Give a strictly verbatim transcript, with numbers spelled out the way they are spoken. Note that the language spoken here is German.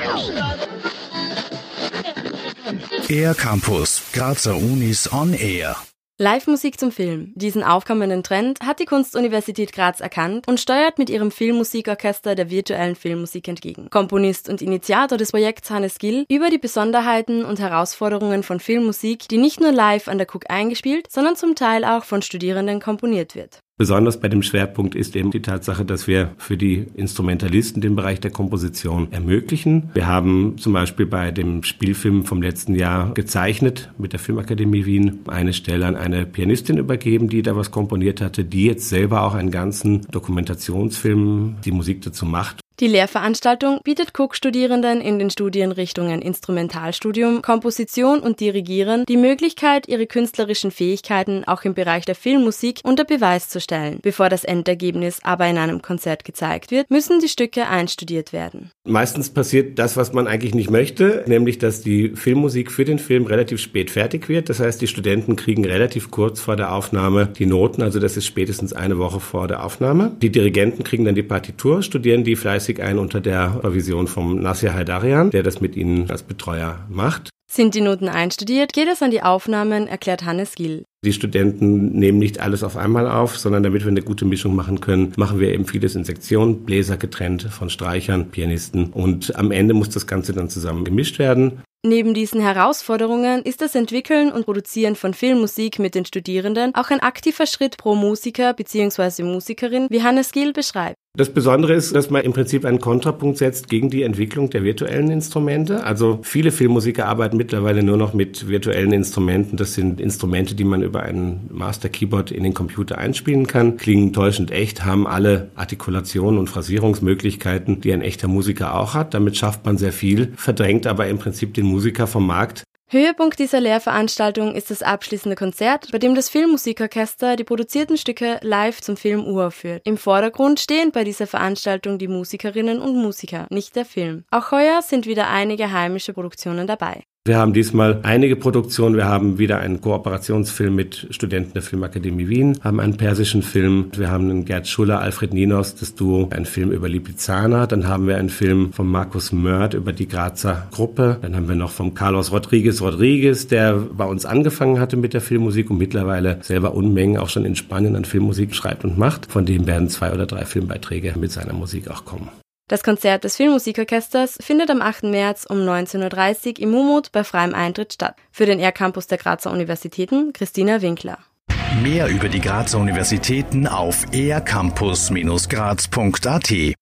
Air Campus, Grazer Unis on Air. Live-Musik zum Film. Diesen aufkommenden Trend hat die Kunstuniversität Graz erkannt und steuert mit ihrem Filmmusikorchester der virtuellen Filmmusik entgegen. Komponist und Initiator des Projekts Hannes Gill über die Besonderheiten und Herausforderungen von Filmmusik, die nicht nur live an der K U K eingespielt, sondern zum Teil auch von Studierenden komponiert wird. Besonders bei dem Schwerpunkt ist eben die Tatsache, dass wir für die Instrumentalisten den Bereich der Komposition ermöglichen. Wir haben zum Beispiel bei dem Spielfilm vom letzten Jahr gezeichnet mit der Filmakademie Wien eine Stelle an eine Pianistin übergeben, die da was komponiert hatte, die jetzt selber auch einen ganzen Dokumentationsfilm, die Musik dazu macht. Die Lehrveranstaltung bietet K U K-Studierenden in den Studienrichtungen Instrumentalstudium, Komposition und Dirigieren die Möglichkeit, ihre künstlerischen Fähigkeiten auch im Bereich der Filmmusik unter Beweis zu stellen. Bevor das Endergebnis aber in einem Konzert gezeigt wird, müssen die Stücke einstudiert werden. Meistens passiert das, was man eigentlich nicht möchte, nämlich dass die Filmmusik für den Film relativ spät fertig wird. Das heißt, die Studenten kriegen relativ kurz vor der Aufnahme die Noten, also das ist spätestens eine Woche vor der Aufnahme. Die Dirigenten kriegen dann die Partitur, studieren die fleißig ein unter der Supervision vom Nasir Haidarian, der das mit ihnen als Betreuer macht. Sind die Noten einstudiert, geht es an die Aufnahmen, erklärt Hannes Gill. Die Studenten nehmen nicht alles auf einmal auf, sondern damit wir eine gute Mischung machen können, machen wir eben vieles in Sektionen, Bläser getrennt von Streichern, Pianisten und am Ende muss das Ganze dann zusammen gemischt werden. Neben diesen Herausforderungen ist das Entwickeln und Produzieren von Filmmusik mit den Studierenden auch ein aktiver Schritt pro Musiker bzw. Musikerin, wie Hannes Gill beschreibt. Das Besondere ist, dass man im Prinzip einen Kontrapunkt setzt gegen die Entwicklung der virtuellen Instrumente. Also viele Filmmusiker arbeiten mittlerweile nur noch mit virtuellen Instrumenten. Das sind Instrumente, die man über einen Master Keyboard in den Computer einspielen kann, klingen täuschend echt, haben alle Artikulationen und Phrasierungsmöglichkeiten, die ein echter Musiker auch hat. Damit schafft man sehr viel, verdrängt aber im Prinzip den Musiker vom Markt. Höhepunkt dieser Lehrveranstaltung ist das abschließende Konzert, bei dem das Filmmusikorchester die produzierten Stücke live zum Film uraufführt. Im Vordergrund stehen bei dieser Veranstaltung die Musikerinnen und Musiker, nicht der Film. Auch heuer sind wieder einige heimische Produktionen dabei. Wir haben diesmal einige Produktionen. Wir haben wieder einen Kooperationsfilm mit Studenten der Filmakademie Wien, haben einen persischen Film. Wir haben einen Gerd Schuller, Alfred Ninos, das Duo, einen Film über Lipizzaner. Dann haben wir einen Film von Markus Mörth über die Grazer Gruppe. Dann haben wir noch von Carlos Rodriguez Rodriguez, der bei uns angefangen hatte mit der Filmmusik und mittlerweile selber Unmengen auch schon in Spanien an Filmmusik schreibt und macht. Von dem werden zwei oder drei Filmbeiträge mit seiner Musik auch kommen. Das Konzert des Filmmusikorchesters findet am achten März um neunzehn Uhr dreißig im Mumut bei freiem Eintritt statt. Für den Air Campus der Grazer Universitäten Christina Winkler. Mehr über die Grazer Universitäten auf air campus Bindestrich graz Punkt a t.